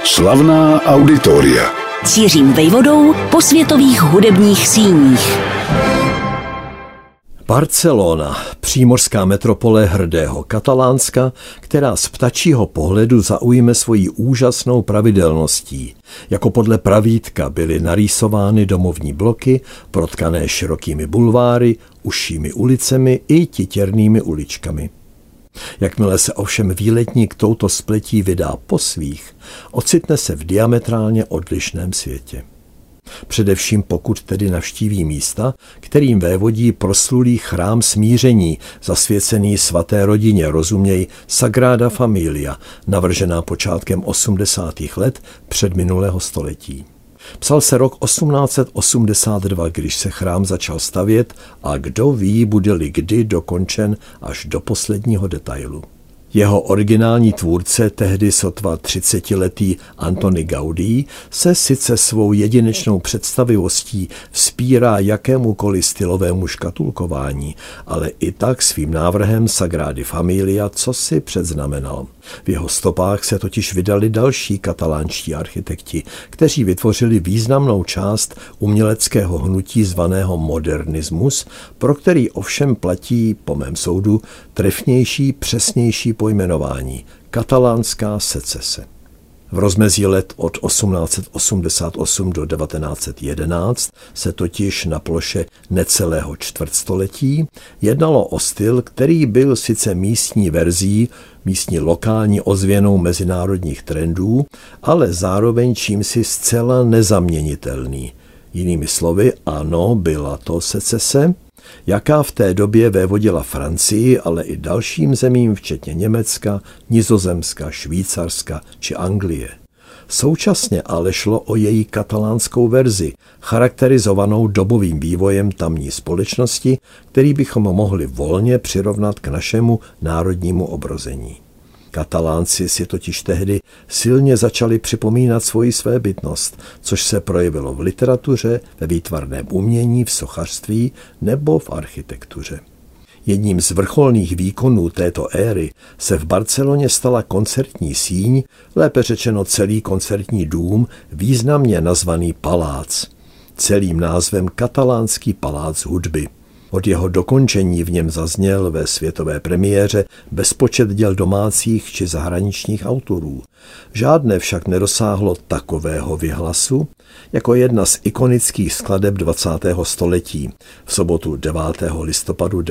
Slavná auditoria. Cířím vejvodou po světových hudebních síních. Barcelona, přímořská metropole hrdého Katalánska, která z ptačího pohledu zaujme svojí úžasnou pravidelností. Jako podle pravítka byly narýsovány domovní bloky, protkané širokými bulváry, užšími ulicemi i titěrnými uličkami. Jakmile se ovšem výletník touto spletí vydá po svých, ocitne se v diametrálně odlišném světě. Především pokud tedy navštíví místa, kterým vévodí proslulý chrám smíření, zasvěcený svaté rodině, rozuměj Sagrada Familia, navržená počátkem 80. let předminulého století. Psal se rok 1882, když se chrám začal stavět a kdo ví, bude-li kdy dokončen až do posledního detailu. Jeho originální tvůrce, tehdy sotva 30letý Antoni Gaudí, se sice svou jedinečnou představivostí vzpírá jakémukoliv stylovému škatulkování, ale i tak svým návrhem Sagrady Familia cosi předznamenal. V jeho stopách se totiž vydali další katalánští architekti, kteří vytvořili významnou část uměleckého hnutí zvaného modernismus, pro který ovšem platí, po mém soudu, trefnější, přesnější pojmenování – katalánská secese. V rozmezí let od 1888 do 1911 se totiž na ploše necelého čtvrtstoletí jednalo o styl, který byl sice místní verzí, místní lokální ozvěnou mezinárodních trendů, ale zároveň čímsi zcela nezaměnitelný. Jinými slovy, ano, byla to secese, jaká v té době vévodila Francii, ale i dalším zemím, včetně Německa, Nizozemska, Švýcarska či Anglie. Současně ale šlo o její katalánskou verzi, charakterizovanou dobovým vývojem tamní společnosti, který bychom mohli volně přirovnat k našemu národnímu obrození. Katalánci si totiž tehdy silně začali připomínat svoji svébytnost, což se projevilo v literatuře, ve výtvarném umění, v sochařství nebo v architektuře. Jedním z vrcholných výkonů této éry se v Barceloně stala koncertní síň, lépe řečeno celý koncertní dům, významně nazvaný Palác. Celým názvem Katalánský palác hudby. Od jeho dokončení v něm zazněl ve světové premiéře bezpočet děl domácích či zahraničních autorů. Žádné však nedosáhlo takového vyhlasu, jako jedna z ikonických skladeb 20. století. V sobotu 9. listopadu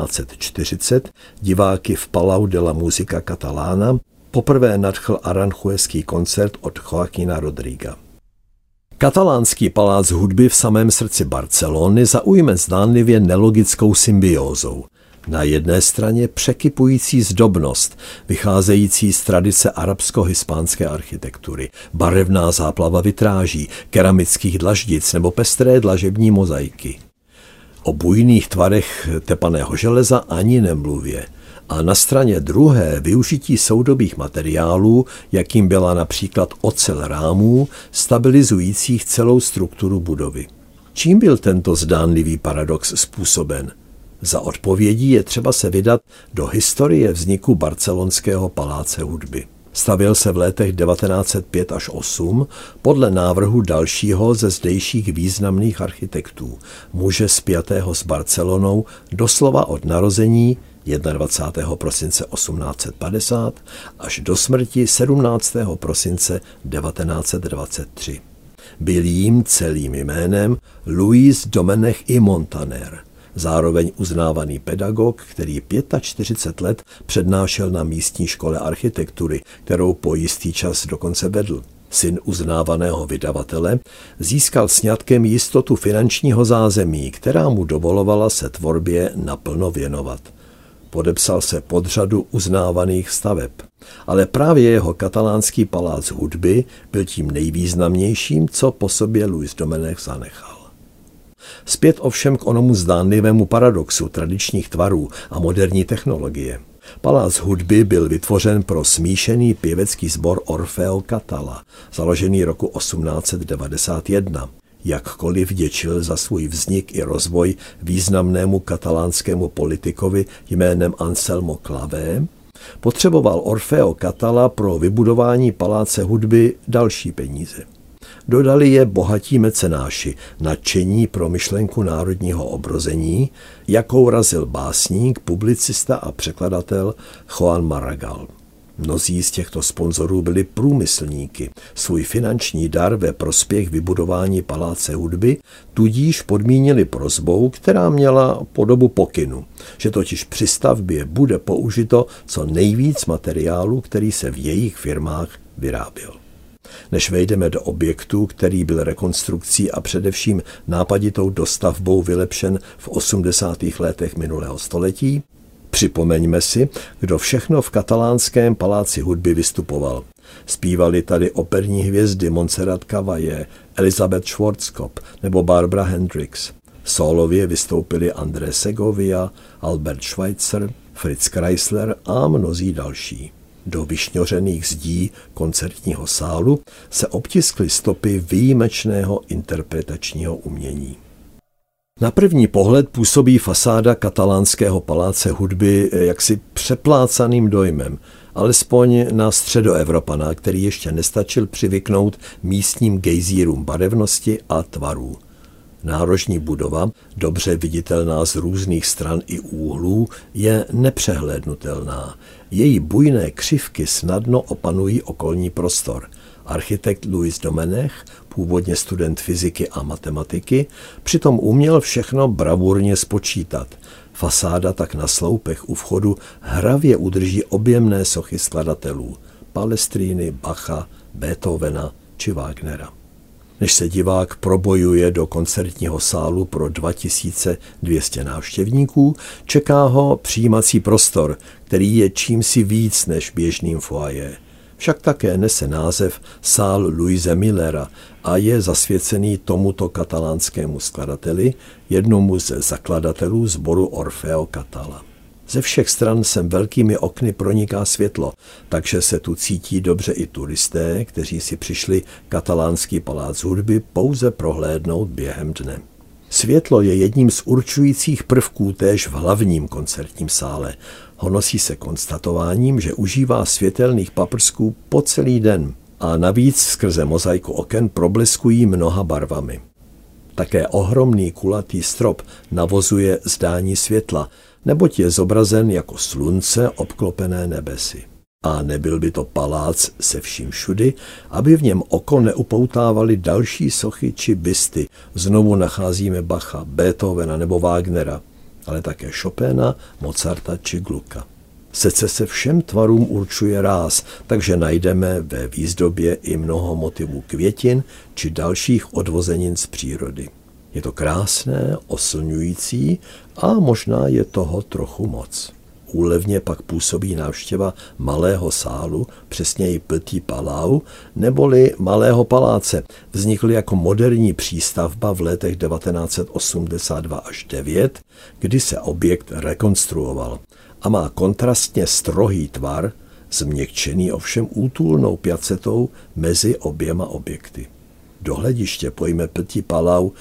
1940 diváky v Palau de la Música Catalana poprvé nadchl aranjuezský koncert od Joaquina Rodriga. Katalánský palác hudby v samém srdci Barcelony zaujme zdánlivě nelogickou symbiózou. Na jedné straně překypující zdobnost, vycházející z tradice arabsko-hispánské architektury, barevná záplava vitráží, keramických dlaždic nebo pestré dlažební mozaiky. O bujných tvarech tepaného železa ani nemluvě. A na straně druhé využití soudobých materiálů, jakým byla například ocel rámů, stabilizujících celou strukturu budovy. Čím byl tento zdánlivý paradox způsoben? Za odpovědí je třeba se vydat do historie vzniku barcelonského paláce hudby. Stavěl se v letech 1905 až 8 podle návrhu dalšího ze zdejších významných architektů, muže spjatého s Barcelonou doslova od narození 21. prosince 1850 až do smrti 17. prosince 1923. Byl jím celým jménem Luis Domenech i Montaner, zároveň uznávaný pedagog, který 45 let přednášel na místní škole architektury, kterou po jistý čas dokonce vedl. Syn uznávaného vydavatele získal sňatkem jistotu finančního zázemí, která mu dovolovala se tvorbě naplno věnovat. Podepsal se pod řadu uznávaných staveb, ale právě jeho katalánský palác hudby byl tím nejvýznamnějším, co po sobě Luis Domenech zanechal. Zpět ovšem k onomu zdánlivému paradoxu tradičních tvarů a moderní technologie. Palác hudby byl vytvořen pro smíšený pěvecký sbor Orfeo Catala, založený roku 1891. Jakkoliv vděčil za svůj vznik i rozvoj významnému katalánskému politikovi jménem Anselmo Clavé, Potřeboval Orfeo Catala pro vybudování paláce hudby další peníze. Dodali je bohatí mecenáši, nadšení pro myšlenku národního obrození, jakou razil básník, publicista a překladatel Juan Maragall. Mnozí z těchto sponzorů byli průmyslníky. Svůj finanční dar ve prospěch vybudování paláce hudby tudíž podmínili prosbou, která měla podobu pokynu, že totiž při stavbě bude použito co nejvíc materiálu, který se v jejich firmách vyráběl. Než vejdeme do objektu, který byl rekonstrukcí a především nápaditou dostavbou vylepšen v 80. letech minulého století, připomeňme si, kdo všechno v katalánském paláci hudby vystupoval. Zpívali tady operní hvězdy Montserrat Caballé, Elizabeth Schwarzkopf nebo Barbara Hendricks. Sólově vystoupili André Segovia, Albert Schweitzer, Fritz Kreisler a mnozí další. Do vyšňořených zdí koncertního sálu se obtiskly stopy výjimečného interpretačního umění. Na první pohled působí fasáda katalánského paláce hudby jaksi přeplácaným dojmem, alespoň na středoevropana, který ještě nestačil přivyknout místním gejzírům barevnosti a tvarů. Nárožní budova, dobře viditelná z různých stran i úhlů, je nepřehlédnutelná. Její bujné křivky snadno opanují okolní prostor. Architekt Louis Domenech, původně student fyziky a matematiky, přitom uměl všechno bravurně spočítat. Fasáda tak na sloupech u vchodu hravě udrží objemné sochy skladatelů Palestríny, Bacha, Beethovena či Wagnera. Než se divák probojuje do koncertního sálu pro 2200 návštěvníků, čeká ho přijímací prostor, který je čímsi víc než běžným foyer. Však také nese název Sál Louise Millera a je zasvěcený tomuto katalánskému skladateli, jednomu ze zakladatelů sboru Orfeo Catala. Ze všech stran sem velkými okny proniká světlo, takže se tu cítí dobře i turisté, kteří si přišli katalánský palác hudby pouze prohlédnout během dne. Světlo je jedním z určujících prvků též v hlavním koncertním sále. Honosí se konstatováním, že užívá světelných paprsků po celý den a navíc skrze mozaiku oken probleskují mnoha barvami. Také ohromný kulatý strop navozuje zdání světla, neboť je zobrazen jako slunce obklopené nebesy. A nebyl by to palác se vším všudy, aby v něm oko neupoutávali další sochy či bysty. Znovu nacházíme Bacha, Beethovena nebo Wagnera, ale také Chopina, Mozarta či Glucka. Srdce se všem tvarům určuje ráz, takže najdeme ve výzdobě i mnoho motivů květin či dalších odvozenin z přírody. Je to krásné, oslňující a možná je toho trochu moc. Úlevně pak působí návštěva malého sálu, přesněji Petit Palau, neboli Malého paláce. Vznikl jako moderní přístavba v letech 1982 až 9, kdy se objekt rekonstruoval a má kontrastně strohý tvar, změkčený ovšem útulnou piacetou mezi oběma objekty. Do hlediště pojme Petit Palau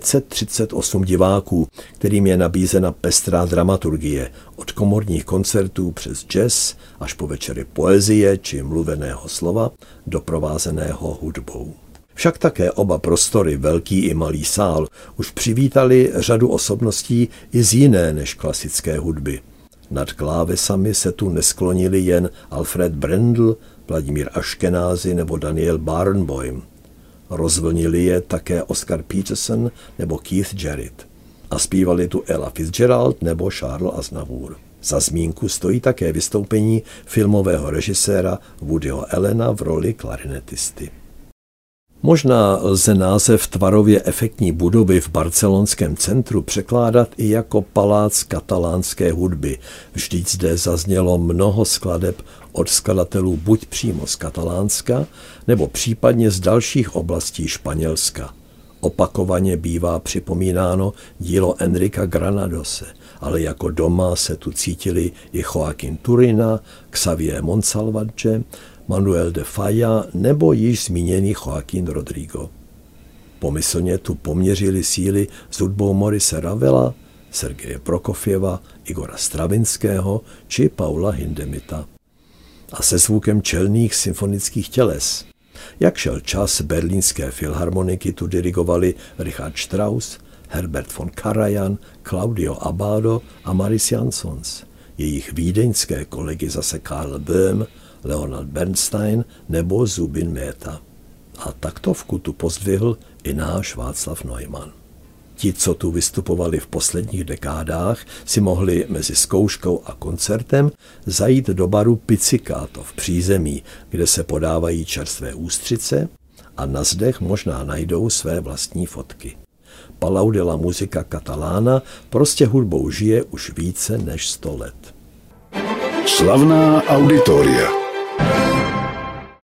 538 diváků, kterým je nabízena pestrá dramaturgie, od komorních koncertů přes jazz až po večery poezie či mluveného slova, doprovázeného hudbou. Však také oba prostory, velký i malý sál, už přivítali řadu osobností i z jiné než klasické hudby. Nad klávesami se tu nesklonili jen Alfred Brendel, Vladimír Aškenázy nebo Daniel Barenboim. Rozvlnili je také Oscar Peterson nebo Keith Jarrett. A zpívali tu Ella Fitzgerald nebo Charles Aznavour. Za zmínku stojí také vystoupení filmového režiséra Woodyho Allena v roli klarinetisty. Možná lze název tvarově efektní budovy v barcelonském centru překládat i jako palác katalánské hudby. Vždyť zde zaznělo mnoho skladeb od skladatelů buď přímo z Katalánska, nebo případně z dalších oblastí Španělska. Opakovaně bývá připomínáno dílo Enrica Granadose, ale jako doma se tu cítili i Joaquín Turina, Xavier Monsalvatge, Manuel de Falla nebo již zmíněný Joaquín Rodrigo. Pomyslně tu poměřili síly s hudbou Maurice Ravela, Sergeje Prokofjeva, Igora Stravinského či Paula Hindemita. A se zvukem čelných symfonických těles. Jak šel čas, berlínské filharmoniky tu dirigovali Richard Strauss, Herbert von Karajan, Claudio Abbado a Maris Jansons. Jejich vídeňské kolegy zase Karl Böhm, Leonard Bernstein nebo Zubin Mehta. A taktovku tu pozdvihl i náš Václav Neumann. Ti, co tu vystupovali v posledních dekádách, si mohli mezi zkouškou a koncertem zajít do baru Pizzicato v přízemí, kde se podávají čerstvé ústřice a na zdech možná najdou své vlastní fotky. Palau de la Musica Catalana prostě hudbou žije už více než 100 let. Slavná auditoria.